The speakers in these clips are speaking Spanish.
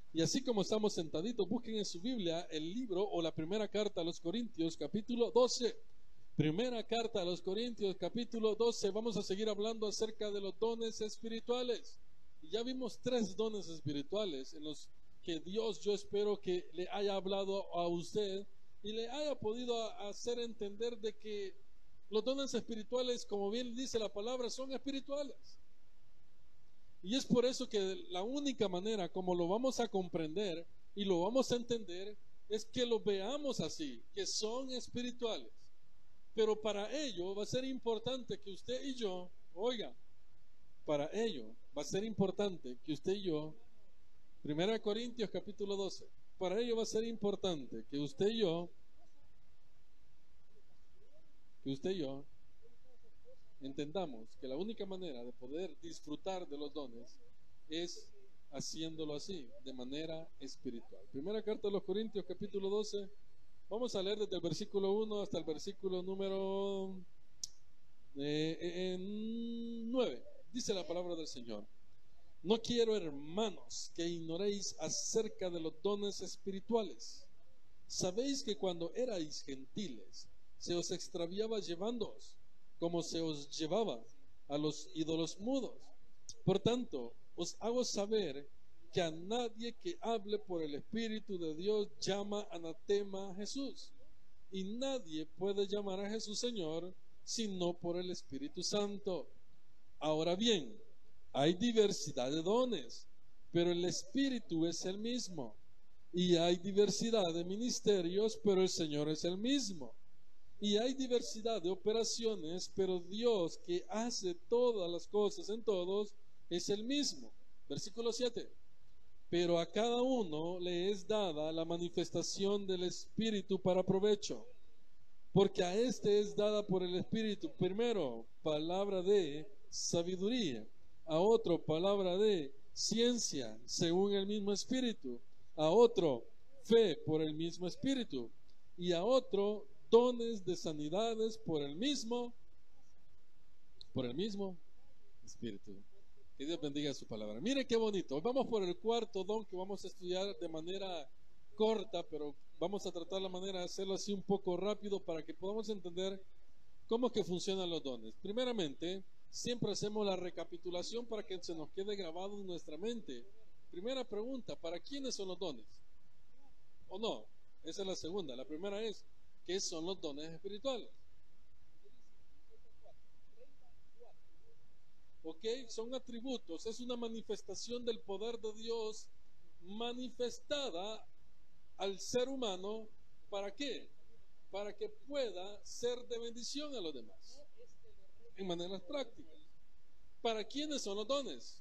Y así como estamos sentaditos, busquen en su Biblia el libro o la primera carta a los Corintios, capítulo 12. Primera carta a los Corintios, capítulo 12. Vamos a seguir hablando acerca de los dones espirituales. Y ya vimos 3 dones espirituales en los que Dios, yo espero que le haya hablado a usted y le haya podido hacer entender de que los dones espirituales, como bien dice la palabra, son espirituales. Y es por eso que la única manera como lo vamos a comprender y lo vamos a entender es que lo veamos así, que son espirituales. Pero para ello va a ser importante que usted y yo, oiga, para ello va a ser importante que usted y yo, 1 Corintios capítulo 12, para ello va a ser importante que usted y yo, entendamos que la única manera de poder disfrutar de los dones es haciéndolo así, de manera espiritual. Primera carta de los Corintios, capítulo 12. Vamos a leer desde el versículo 1 hasta el versículo número 9. Dice la palabra del Señor: no quiero, hermanos, que ignoréis acerca de los dones espirituales. Sabéis que cuando erais gentiles, se os extraviaba llevándoos, como se os llevaba a los ídolos mudos. Por tanto, os hago saber que a nadie que hable por el Espíritu de Dios llama anatema a Jesús. Y nadie puede llamar a Jesús Señor sino por el Espíritu Santo. Ahora bien, hay diversidad de dones, pero el Espíritu es el mismo. Y hay diversidad de ministerios, pero el Señor es el mismo. Y hay diversidad de operaciones, pero Dios, que hace todas las cosas en todos, es el mismo. Versículo 7. Pero a cada uno le es dada la manifestación del Espíritu para provecho. Porque a este es dada por el Espíritu, primero, palabra de sabiduría, a otro, palabra de ciencia, según el mismo Espíritu, a otro, fe por el mismo Espíritu, y a otro, dones de sanidades por el mismo Espíritu. Que Dios bendiga su palabra. Mire qué bonito. Vamos por el cuarto don que vamos a estudiar de manera corta, pero vamos a tratar la manera de hacerlo así un poco rápido para que podamos entender cómo es que funcionan los dones. Primeramente, siempre hacemos la recapitulación para que se nos quede grabado en nuestra mente. Primera pregunta: ¿para quiénes son los dones? ¿O no? Esa es la segunda. La primera es: ¿qué son los dones espirituales? ¿Ok? Son atributos, es una manifestación del poder de Dios manifestada al ser humano. ¿Para qué? Para que pueda ser de bendición a los demás en maneras prácticas. ¿Para quiénes son los dones?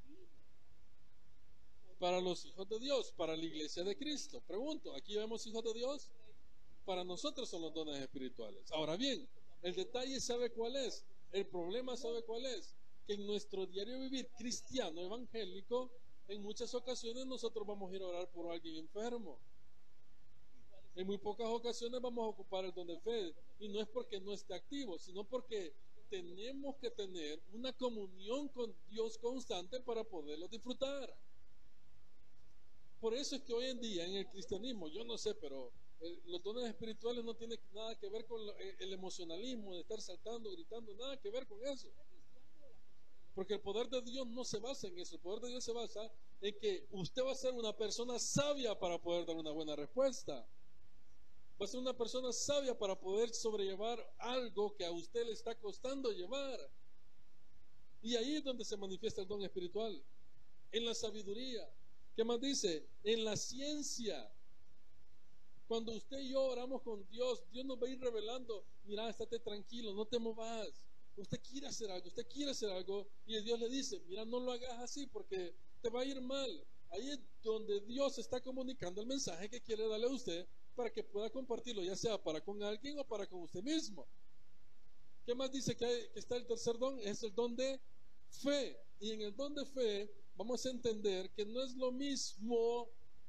Para los hijos de Dios, para la iglesia de Cristo. Pregunto, ¿aquí vemos hijos de Dios? Para nosotros son los dones espirituales. Ahora bien, el detalle, ¿sabe cuál es? El problema, ¿sabe cuál es? Que en nuestro diario vivir cristiano evangélico, en muchas ocasiones nosotros vamos a ir a orar por alguien enfermo. En muy pocas ocasiones vamos a ocupar el don de fe, y no es porque no esté activo, sino porque tenemos que tener una comunión con Dios constante para poderlo disfrutar. Por eso es que hoy en día en el cristianismo, yo no sé, pero los dones espirituales no tienen nada que ver con el emocionalismo de estar saltando, gritando, nada que ver con eso. Porque el poder de Dios no se basa en eso. El poder de Dios se basa en que usted va a ser una persona sabia para poder dar una buena respuesta. Va a ser una persona sabia para poder sobrellevar algo que a usted le está costando llevar. Y ahí es donde se manifiesta el don espiritual. En la sabiduría. ¿Qué más dice? En la ciencia. Cuando usted y yo oramos con Dios, Dios nos va a ir revelando: mira, estate tranquilo, no te movas. Usted quiere hacer algo, y Dios le dice: mira, no lo hagas así porque te va a ir mal. Ahí es donde Dios está comunicando el mensaje que quiere darle a usted para que pueda compartirlo, ya sea para con alguien o para con usted mismo. ¿Qué más dice que está el tercer don? Es el don de fe. Y en el don de fe vamos a entender que no es lo mismo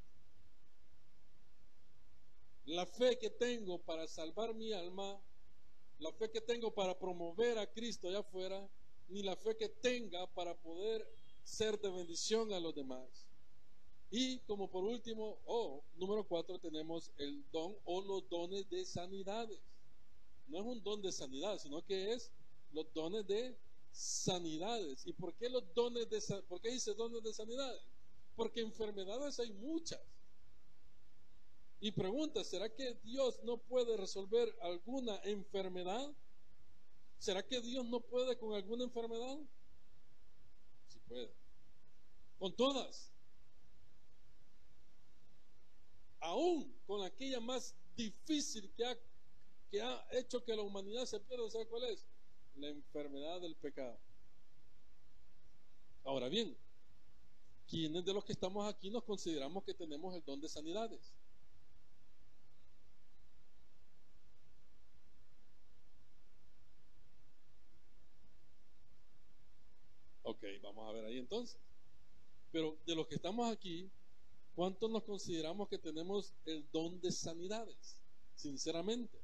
la fe que tengo para salvar mi alma, la fe que tengo para promover a Cristo allá afuera, ni la fe que tenga para poder ser de bendición a los demás. Y como por último, número 4, tenemos el don o los dones de sanidades. No es un don de sanidad, sino que es los dones de sanidades. ¿Y por qué por qué dice dones de sanidades? Porque enfermedades hay muchas. Y pregunta, ¿será que Dios no puede resolver alguna enfermedad? ¿Será que Dios no puede con alguna enfermedad? Sí puede. Con todas. Aún con aquella más difícil que ha hecho que la humanidad se pierda, ¿sabe cuál es? La enfermedad del pecado. Ahora bien, ¿quiénes de los que estamos aquí nos consideramos que tenemos el don de sanidades? Ok, vamos a ver ahí entonces. Pero de los que estamos aquí, ¿cuántos nos consideramos que tenemos el don de sanidades? Sinceramente.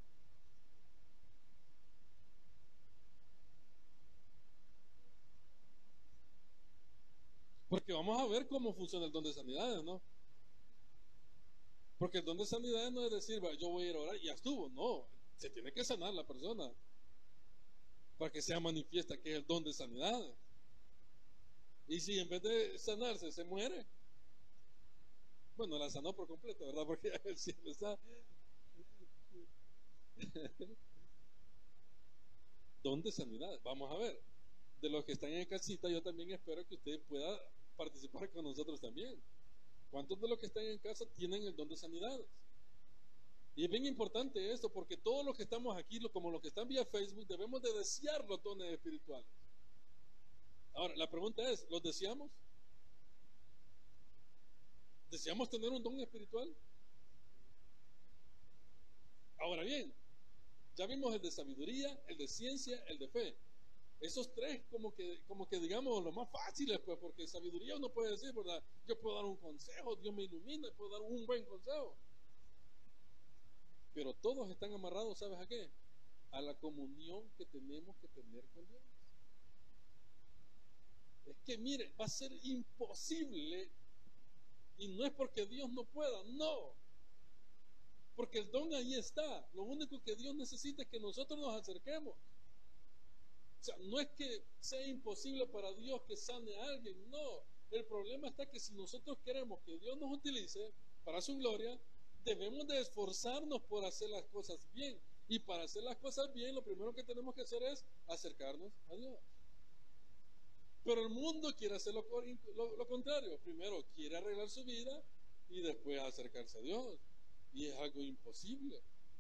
Porque vamos a ver cómo funciona el don de sanidades, ¿no? Porque el don de sanidades no es decir, yo voy a ir a orar y ya estuvo. No, se tiene que sanar la persona para que sea manifiesta que es el don de sanidades. Y si en vez de sanarse se muere, bueno, la sanó por completo, ¿verdad? Porque el cielo está. Don de sanidad. Vamos a ver. De los que están en casita, yo también espero que usted pueda participar con nosotros también. ¿Cuántos de los que están en casa tienen el don de sanidades? Y es bien importante esto, porque todos los que estamos aquí, como los que están vía Facebook, debemos de desear los dones espirituales. Ahora, la pregunta es, ¿los deseamos? ¿Deseamos tener un don espiritual? Ahora bien, ya vimos el de sabiduría, el de ciencia, el de fe. Esos tres como que digamos lo más fáciles, pues, porque sabiduría uno puede decir, ¿verdad? Yo puedo dar un consejo, Dios me ilumina, puedo dar un buen consejo. Pero todos están amarrados, ¿sabes a qué? A la comunión que tenemos que tener con Dios. Es que mire, va a ser imposible, y no es porque Dios no pueda, no, porque el don ahí está. Lo único que Dios necesita es que nosotros nos acerquemos. O sea, no es que sea imposible para Dios que sane a alguien, no. El problema está que si nosotros queremos que Dios nos utilice para su gloria, debemos de esforzarnos por hacer las cosas bien. Y para hacer las cosas bien, lo primero que tenemos que hacer es acercarnos a Dios. Pero el mundo quiere hacer lo contrario. Primero quiere arreglar su vida y después acercarse a Dios. Y es algo imposible.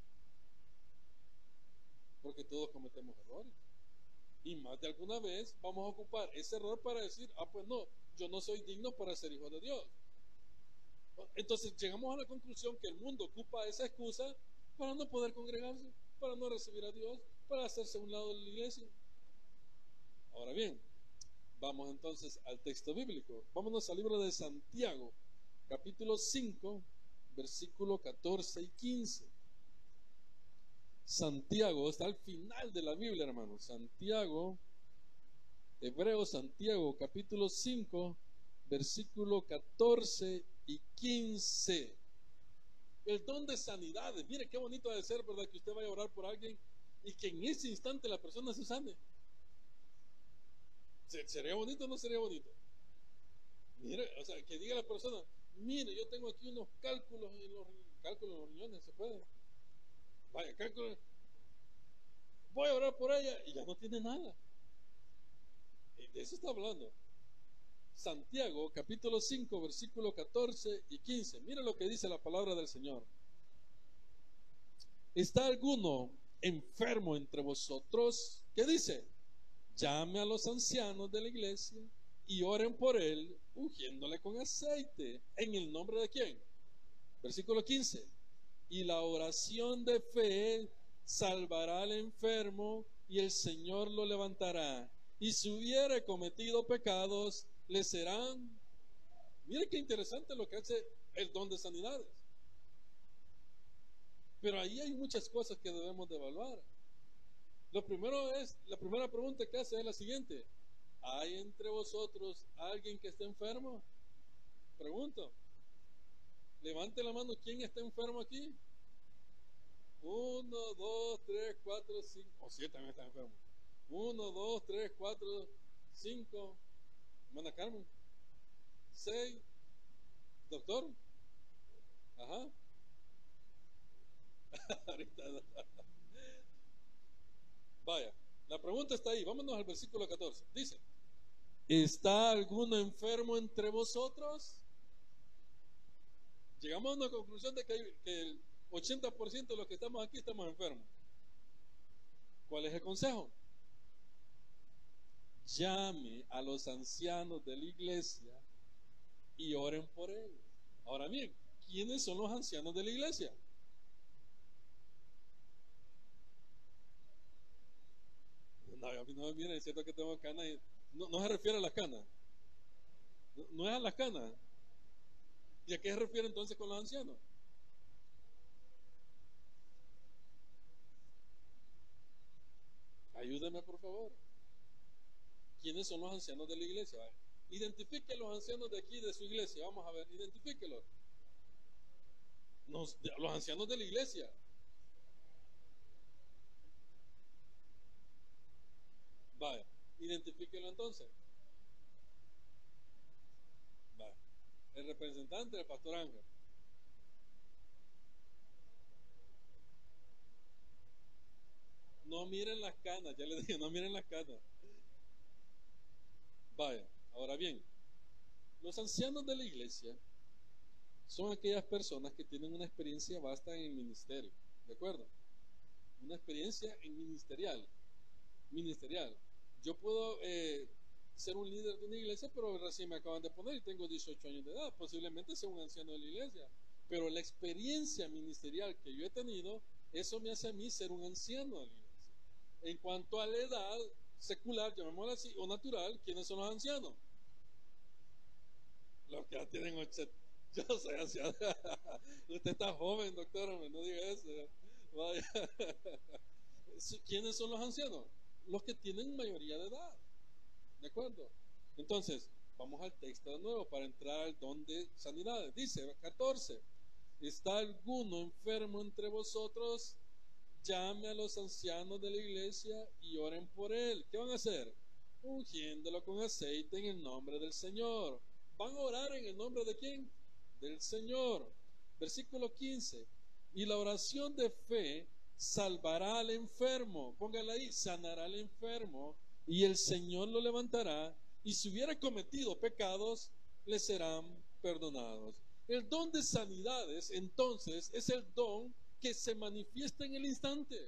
Porque todos cometemos errores. Y más de alguna vez vamos a ocupar ese error para decir, pues no, yo no soy digno para ser hijo de Dios. Entonces llegamos a la conclusión que el mundo ocupa esa excusa para no poder congregarse, para no recibir a Dios, para hacerse a un lado de la iglesia. Ahora bien, vamos entonces al texto bíblico. Vámonos al libro de Santiago, capítulo 5, versículo 14 y 15. Santiago está al final de la Biblia, hermano. Santiago, Santiago, capítulo 5, versículo 14 y 15. El don de sanidades. Mire qué bonito ha de ser, ¿verdad? Que usted vaya a orar por alguien y que en ese instante la persona se sane. ¿Sería bonito o no sería bonito? Mire, o sea, que diga la persona, mire, yo tengo aquí unos cálculos en los riñones, ¿se puede? Vaya, cálculos. Voy a orar por ella y ya no tiene nada. Y de eso está hablando. Santiago, capítulo 5, versículo 14 y 15. Mira lo que dice la palabra del Señor. ¿Está alguno enfermo entre vosotros? ¿Qué dice? Llame a los ancianos de la iglesia y oren por él, ungiéndole con aceite. ¿En el nombre de quién? Versículo 15. Y la oración de fe salvará al enfermo y el Señor lo levantará. Y si hubiere cometido pecados, le serán. Mire qué interesante lo que hace el don de sanidades. Pero ahí hay muchas cosas que debemos de evaluar. La primera pregunta que hace es la siguiente: ¿hay entre vosotros alguien que esté enfermo? Pregunto. Levante la mano, ¿quién está enfermo aquí? 1, 2, 3, 4, 5, o 7 también está enfermo. 1, 2, 3, 4, 5, hermana Carmen. 6, doctor. Ajá. Ahorita. Vaya, la pregunta está ahí. Vámonos al versículo 14. Dice: ¿está alguno enfermo entre vosotros? Llegamos a una conclusión de que el 80% de los que estamos aquí estamos enfermos. ¿Cuál es el consejo? Llame a los ancianos de la iglesia y oren por él. Ahora bien, ¿quiénes son los ancianos de la iglesia? No, a mí no me miren, es cierto que tengo canas. No se refiere a las canas. No es a las canas. ¿Y a qué se refiere entonces con los ancianos? Ayúdeme, por favor. ¿Quiénes son los ancianos de la iglesia? Identifique los ancianos de aquí, de su iglesia. Vamos a ver, identifíquelos. Los ancianos de la iglesia. Vaya, identifíquelo entonces. Vaya. El representante del pastor Ángel. No miren las canas, ya les dije, no miren las canas. Vaya, ahora bien, los ancianos de la iglesia son aquellas personas que tienen una experiencia vasta en el ministerio, ¿de acuerdo? Una experiencia en ministerial. Yo puedo ser un líder de una iglesia, pero recién me acaban de poner y tengo 18 años de edad, posiblemente sea un anciano de la iglesia, pero la experiencia ministerial que yo he tenido, eso me hace a mí ser un anciano de la iglesia. En cuanto a la edad secular, llamémosla así, o natural, ¿quiénes son los ancianos? Los que ya tienen 80. Yo soy anciano. Usted está joven, doctor, no diga eso. Vaya. ¿Quiénes son los ancianos? Los que tienen mayoría de edad. ¿De acuerdo? Entonces, vamos al texto de nuevo para entrar al don de sanidades. Dice 14: ¿está alguno enfermo entre vosotros? Llame a los ancianos de la iglesia y oren por él. ¿Qué van a hacer? Ungiéndolo con aceite en el nombre del Señor. ¿Van a orar en el nombre de quién? Del Señor. Versículo 15: y la oración de fe salvará al enfermo. Póngala ahí: sanará al enfermo, y el Señor lo levantará, y si hubiera cometido pecados, le serán perdonados. El don de sanidades, entonces, es el don que se manifiesta en el instante.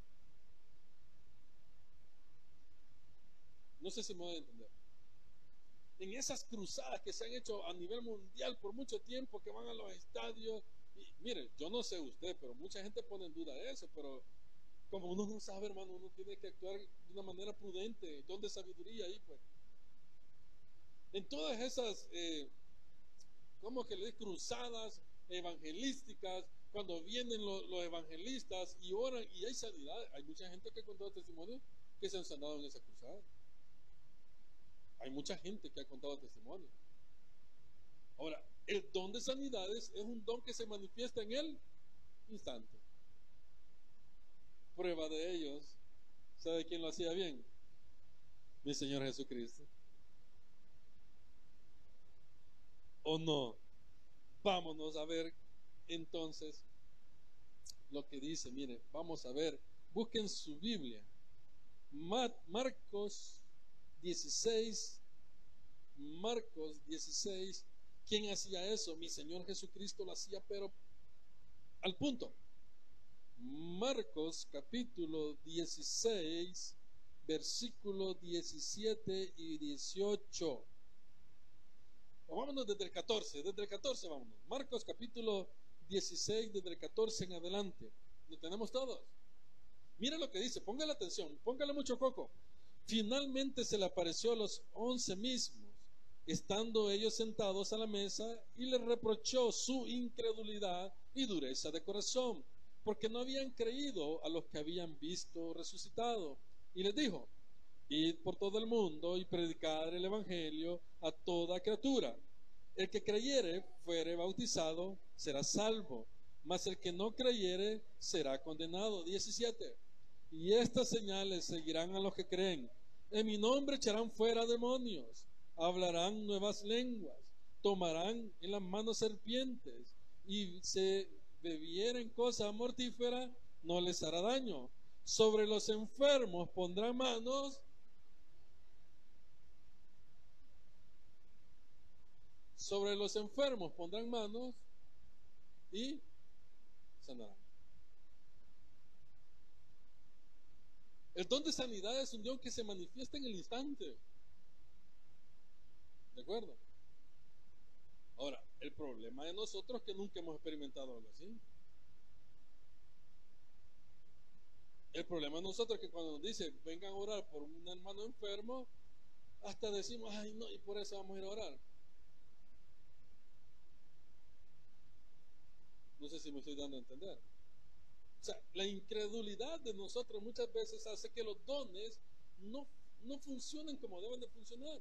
No sé si me voy a entender. En esas cruzadas que se han hecho a nivel mundial por mucho tiempo, que van a los estadios, y mire, yo no sé usted, pero mucha gente pone en duda eso, pero como uno no sabe, hermano, uno tiene que actuar de una manera prudente, don de sabiduría ahí, pues. En todas esas, ¿cómo que le digo? Cruzadas evangelísticas, cuando vienen los evangelistas y oran y hay sanidad, hay mucha gente que ha contado testimonios que se han sanado en esa cruzada. Hay mucha gente que ha contado testimonio. Ahora, el don de sanidades es un don que se manifiesta en el instante. Prueba de ellos, ¿sabe quién lo hacía bien? Mi Señor Jesucristo. ¿O no? Vámonos a ver entonces lo que dice. Mire, vamos a ver, busquen su Biblia. Marcos 16. Marcos 16. ¿Quién hacía eso? Mi Señor Jesucristo lo hacía, pero al punto. Marcos capítulo 16, versículos 17 y 18. Vámonos desde el 14, vámonos. Marcos capítulo 16, desde el 14 en adelante. ¿Lo tenemos todos? Mira lo que dice, póngale atención, póngale mucho coco. Finalmente se le apareció a los 11 mismos, estando ellos sentados a la mesa, y les reprochó su incredulidad y dureza de corazón, porque no habían creído a los que habían visto resucitado. Y les dijo: id por todo el mundo y predicad el evangelio a toda criatura. El que creyere, fuere bautizado, será salvo, mas el que no creyere, será condenado. 17. Y estas señales seguirán a los que creen. En mi nombre echarán fuera demonios, hablarán nuevas lenguas, tomarán en las manos serpientes, y se bebieren cosa mortífera, no les hará daño. Sobre los enfermos pondrán manos, sobre los enfermos pondrán manos y sanarán. El don de sanidad es un don que se manifiesta en el instante. ¿De acuerdo? Ahora, el problema de nosotros es que nunca hemos experimentado algo así. El problema de nosotros es que cuando nos dice vengan a orar por un hermano enfermo, hasta decimos, ay no, y por eso vamos a ir a orar. No sé si me estoy dando a entender. O sea, la incredulidad de nosotros muchas veces hace que los dones no funcionen como deben de funcionar.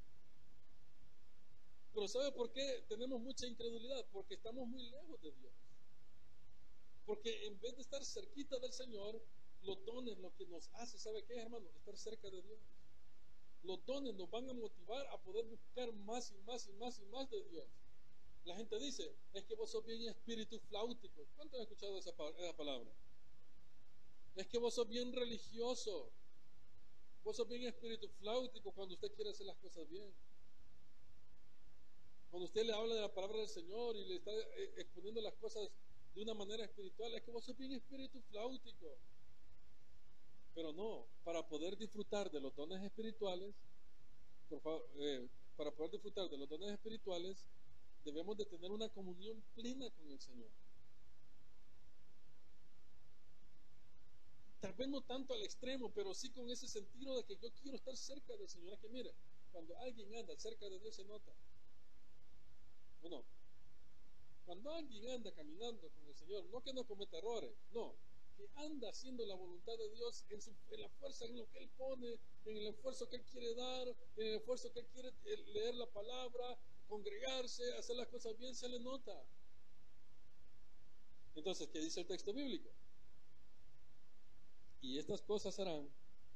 Pero ¿sabe por qué tenemos mucha incredulidad? Porque estamos muy lejos de Dios. Porque en vez de estar cerquita del Señor, los dones lo que nos hace, ¿sabe qué, hermano? Estar cerca de Dios. Los dones nos van a motivar a poder buscar más y más y más y más de Dios. La gente dice, es que vos sos bien espíritu flautico. ¿Cuántos han escuchado esa palabra? Es que vos sos bien religioso. Vos sos bien espíritu flautico cuando usted quiere hacer las cosas bien. Cuando usted le habla de la palabra del Señor y le está exponiendo las cosas de una manera espiritual, es que vos sos bien espíritu flautico. Pero no, para poder disfrutar de los dones espirituales, por favor, para poder disfrutar de los dones espirituales, debemos de tener una comunión plena con el Señor. Tal vez no tanto al extremo, pero sí con ese sentido de que yo quiero estar cerca del Señor. Es que mire, cuando alguien anda cerca de Dios se nota. ¿O no? Cuando alguien anda caminando con el Señor, no que no cometa errores, no, que anda haciendo la voluntad de Dios en la fuerza, en lo que Él pone, en el esfuerzo que Él quiere dar, en el esfuerzo que Él quiere leer la palabra, congregarse, hacer las cosas bien, se le nota. Entonces, ¿qué dice el texto bíblico? Y estas cosas harán,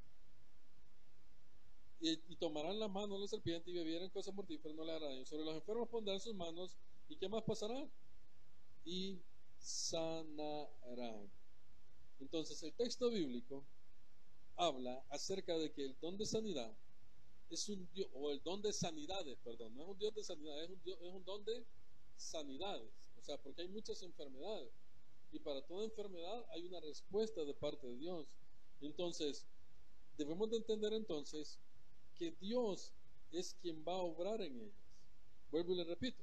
y tomarán las manos de la serpiente y beberán cosas mortíferas, no le hará daño. Sobre los enfermos pondrán sus manos, ¿y qué más pasará? Y sanarán. Entonces, el texto bíblico habla acerca de que el don de sanidad es un Dios, o el don de sanidades, perdón, no es un Dios de sanidad, es un don de sanidades. O sea, porque hay muchas enfermedades. Y para toda enfermedad hay una respuesta de parte de Dios. Entonces, debemos de entender entonces que Dios es quien va a obrar en ellas. Vuelvo y le repito.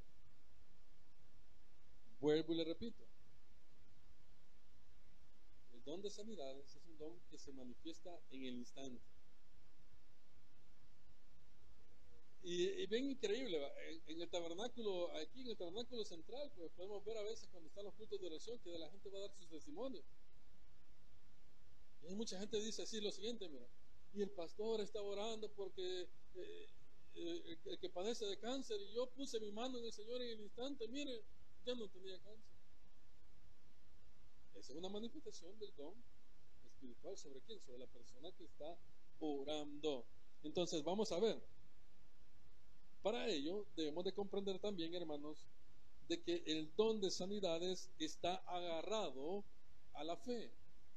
El don de sanidades es un don que se manifiesta en el instante. Y bien increíble, en el tabernáculo, aquí en el tabernáculo central, pues podemos ver a veces cuando están los cultos de oración que la gente va a dar sus testimonios. Y mucha gente dice así lo siguiente, mira, y el pastor está orando porque el que padece de cáncer, y yo puse mi mano en el Señor en el instante, mire, ya no tenía cáncer. Esa es una manifestación del don espiritual. ¿Sobre quién? Sobre la persona que está orando. Entonces vamos a ver. Para ello debemos de comprender también, hermanos, de que el don de sanidades está agarrado a la fe.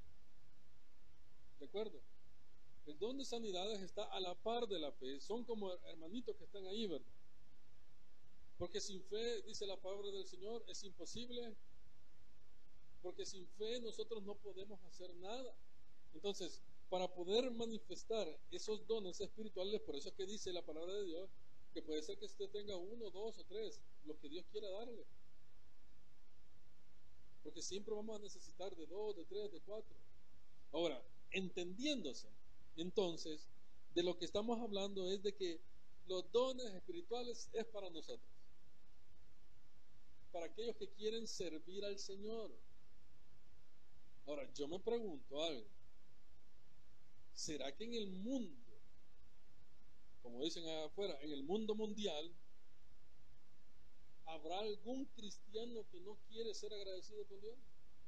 ¿De acuerdo? El don de sanidades está a la par de la fe. Son como hermanitos que están ahí, ¿verdad? Porque sin fe, dice la palabra del Señor, es imposible. Porque sin fe nosotros no podemos hacer nada. Entonces, para poder manifestar esos dones espirituales, por eso es que dice la palabra de Dios, que puede ser que usted tenga 1, 2 o 3, lo que Dios quiera darle. Porque siempre vamos a necesitar de 2, de 3, de 4. Ahora, entendiéndose, entonces, de lo que estamos hablando es de que los dones espirituales es para nosotros, para aquellos que quieren servir al Señor. Ahora, yo me pregunto algo. ¿Será que en el mundo, como dicen afuera, en el mundo mundial, ¿Habrá algún cristiano que no quiere ser agradecido con Dios?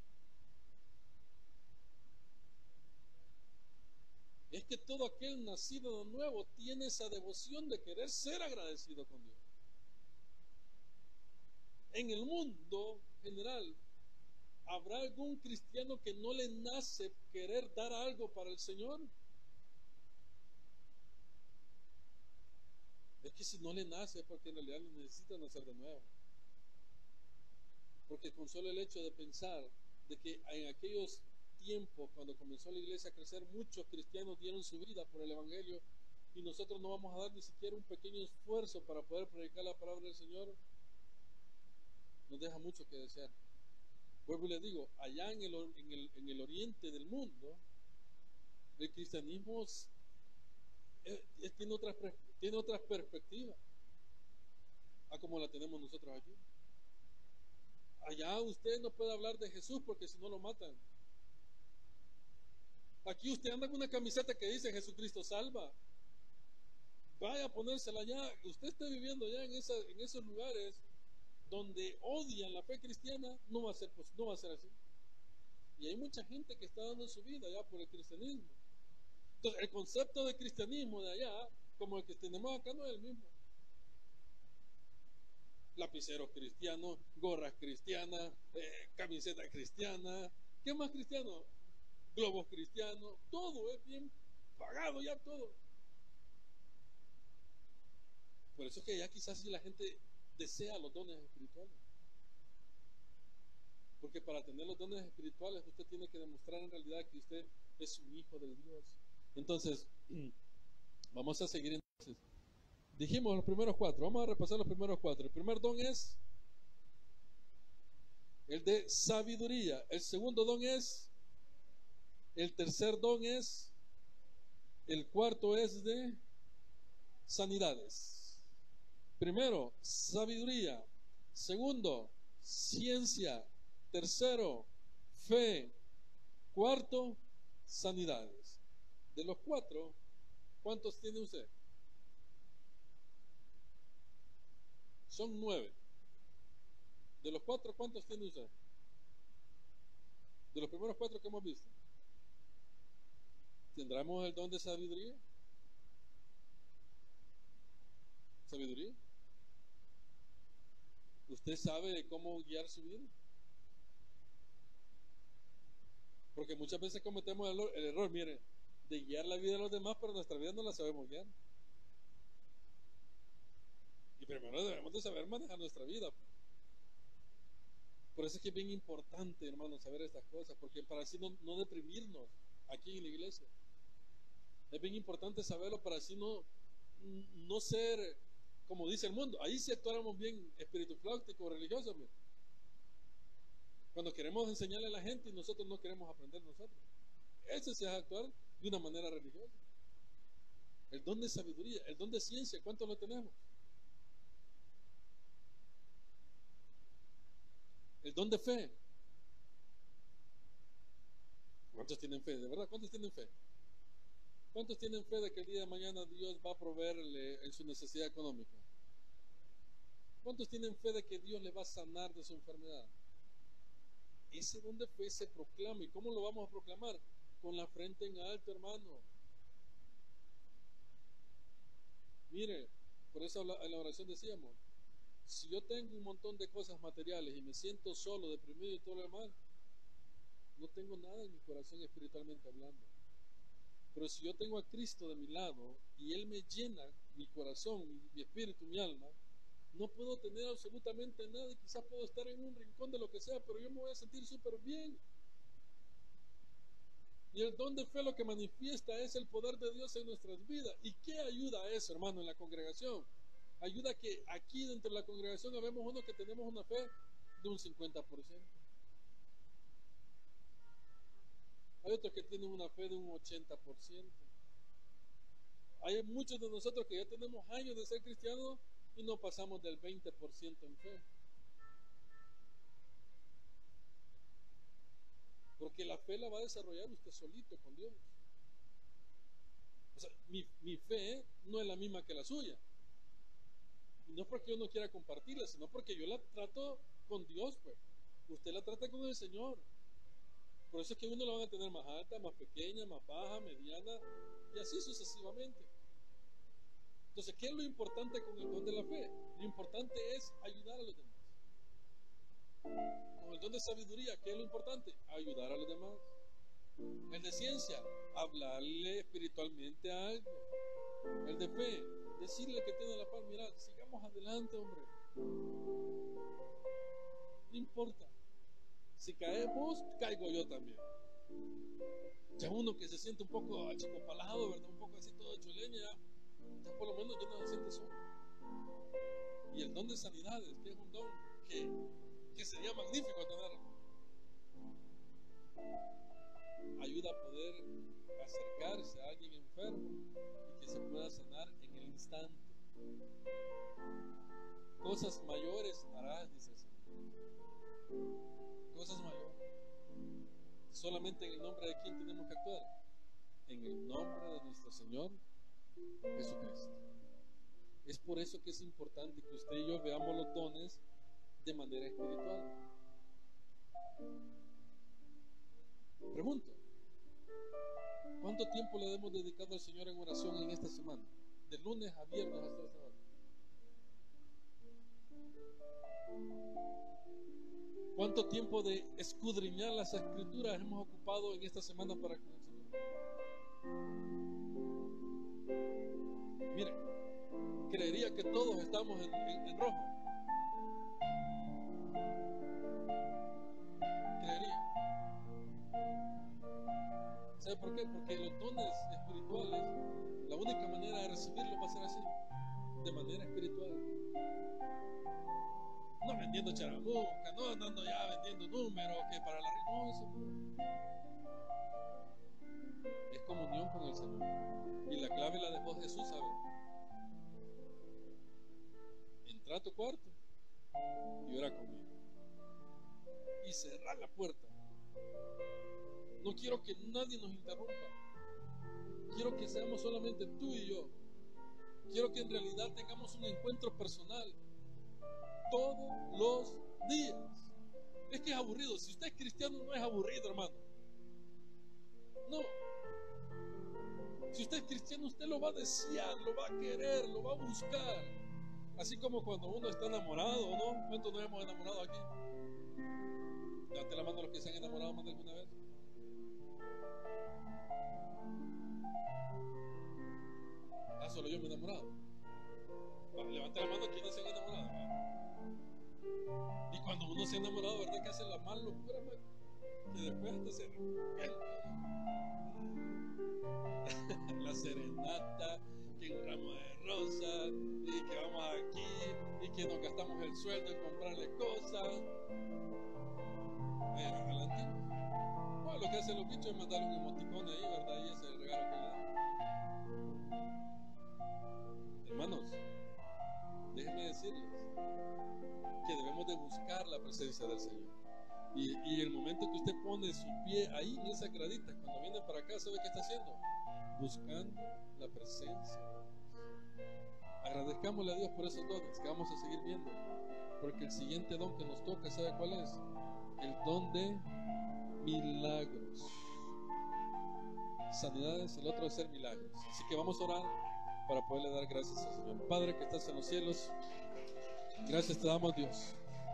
Es que todo aquel nacido de nuevo tiene esa devoción de querer ser agradecido con Dios. En el mundo general, ¿habrá algún cristiano que no le nace querer dar algo para el Señor? Es que si no le nace es porque en realidad necesita nacer de nuevo. Porque con solo el hecho de pensar de que en aquellos tiempos, cuando comenzó la iglesia a crecer, muchos cristianos dieron su vida por el Evangelio y nosotros no vamos a dar ni siquiera un pequeño esfuerzo para poder predicar la palabra del Señor, nos deja mucho que desear. Vuelvo y les digo, allá en el oriente del mundo, el cristianismo tiene otras perspectivas a como la tenemos nosotros aquí. Allá usted no puede hablar de Jesús porque si no lo matan. Aquí usted anda con una camiseta que dice Jesucristo salva. Vaya a ponérsela allá. Usted está viviendo allá en esos lugares donde odian la fe cristiana, no va a ser así. Y hay mucha gente que está dando su vida ya por el cristianismo. Entonces, el concepto de cristianismo de allá, como el que tenemos acá, no es el mismo. Lapiceros cristianos, gorras cristianas, camiseta cristiana. ¿Qué más cristiano? Globos cristianos. Todo es bien pagado ya todo. Por eso es que ya quizás si la gente desea los dones espirituales. Porque para tener los dones espirituales usted tiene que demostrar en realidad que usted es un hijo del Dios. Entonces, vamos a seguir entonces. Dijimos los primeros 4, vamos a repasar los primeros 4. El primer don es el de sabiduría. El segundo don es, el tercer don es, el cuarto es de sanidades. Primero, sabiduría. Segundo, ciencia. Tercero, fe. Cuarto, sanidades. De los 4, ¿cuántos tiene usted? Son 9. De los 4, ¿cuántos tiene usted? De los primeros 4 que hemos visto. ¿Tendremos el don de sabiduría? ¿Sabiduría? ¿Usted sabe cómo guiar su vida? Porque muchas veces cometemos el error, mire, de guiar la vida de los demás, pero nuestra vida no la sabemos guiar. Y primero debemos de saber manejar nuestra vida. Por eso es que es bien importante, hermanos, saber estas cosas, porque para así no deprimirnos aquí en la iglesia. Es bien importante saberlo para así no ser, como dice el mundo. Ahí sí actuáramos bien espiritufláuticos, religiosos. Cuando queremos enseñarle a la gente y nosotros no queremos aprender nosotros. Eso sí es actuar de una manera religiosa. El don de sabiduría, el don de ciencia, ¿cuántos lo tenemos? El don de fe. ¿Cuántos tienen fe? ¿De verdad? ¿Cuántos tienen fe? ¿Cuántos tienen fe de que el día de mañana Dios va a proveerle en su necesidad económica? ¿Cuántos tienen fe de que Dios le va a sanar de su enfermedad? Ese don de fe se proclama. ¿Y cómo lo vamos a proclamar? Con la frente en alto, hermano. Mire, por eso en la oración decíamos, si yo tengo un montón de cosas materiales y me siento solo, deprimido y todo lo demás, no tengo nada en mi corazón espiritualmente hablando. Pero si yo tengo a Cristo de mi lado y Él me llena mi corazón, mi espíritu, mi alma, no puedo tener absolutamente nada y quizás puedo estar en un rincón de lo que sea, pero yo me voy a sentir súper bien. Y el don de fe lo que manifiesta es el poder de Dios en nuestras vidas. ¿Y qué ayuda a eso, hermano, en la congregación? Ayuda a que aquí dentro de la congregación habemos uno que tenemos una fe de un 50%. Hay otros que tienen una fe de un 80%. Hay muchos de nosotros que ya tenemos años de ser cristianos y no pasamos del 20% en fe. Porque la fe la va a desarrollar usted solito con Dios. O sea, mi fe no es la misma que la suya. Y no es porque yo no quiera compartirla, sino porque yo la trato con Dios, pues. Usted la trata con el Señor. Por eso es que uno la van a tener más alta, más pequeña, más baja, mediana, y así sucesivamente. Entonces, ¿qué es lo importante con el don de la fe? Lo importante es ayudar a los demás. Con el don de sabiduría, ¿qué es lo importante? Ayudar a los demás. El de ciencia, hablarle espiritualmente a alguien. El de fe, decirle que tiene la paz. Mira, sigamos adelante, hombre. No importa. Si caemos, caigo yo también. Ya uno que se siente un poco achicopalado, ¿verdad? Un poco así todo hecho leña, ya por lo menos ya no se siente solo. Y el don de sanidades, que es un don que sería magnífico tenerlo, ayuda a poder acercarse a alguien enfermo y que se pueda sanar en el instante. Cosas mayores harás, dice el Señor. Cosas mayores. Solamente en el nombre de quién tenemos que actuar. En el nombre de nuestro Señor Jesucristo. Es por eso que es importante que usted y yo veamos los dones de manera espiritual. Pregunto, ¿cuánto tiempo le hemos dedicado al Señor en oración en esta semana? De lunes a viernes hasta esta hora. ¿Cuánto tiempo de escudriñar las Escrituras hemos ocupado en esta semana para con el Señor? Mire, creería que todos estamos en rojo. Creería. ¿Sabe por qué? Porque los dones espirituales, la única manera de recibirlos va a ser así, de manera espiritual. No vendiendo charamusca, no andando ya vendiendo números que para la... No, eso no. Es comunión con el Señor. Y la clave la dejó Jesús, ¿sabe? Entra a tu cuarto y ora conmigo. Y cerrar la puerta. No quiero que nadie nos interrumpa. Quiero que seamos solamente tú y yo. Quiero que en realidad tengamos un encuentro personal todos los días. Es que es aburrido. Si usted es cristiano, no es aburrido, hermano. No. Si usted es cristiano, usted lo va a desear, lo va a querer, lo va a buscar. Así como cuando uno está enamorado, ¿no? ¿Cuántos nos hemos enamorado aquí? Levante la mano a los que se han enamorado más de alguna vez. Ah, solo yo me he enamorado. Bueno, levante la mano a quienes se han enamorado. Y cuando uno se ha enamorado, ¿verdad? Que hace la más locura, que después hasta se la serenata, que un ramo de rosas, y que vamos aquí, y que nos gastamos el sueldo en comprarle cosas. A la antigua. Bueno, lo que hacen los bichos es mandarle un emoticón ahí, ¿verdad? Y ese es el regalo que le dan. Hermanos, déjenme decirles que debemos de buscar la presencia del Señor. Y el momento que usted pone su pie ahí en esas graditas, cuando viene para acá, ¿sabe qué está haciendo? Buscando la presencia. Agradezcámosle a Dios por esos dones que vamos a seguir viendo, porque el siguiente don que nos toca, ¿sabe cuál es? El don de milagros. Sanidades, el otro es ser milagros. Así que vamos a orar para poderle dar gracias al Señor. Padre que estás en los cielos, gracias te damos, Dios,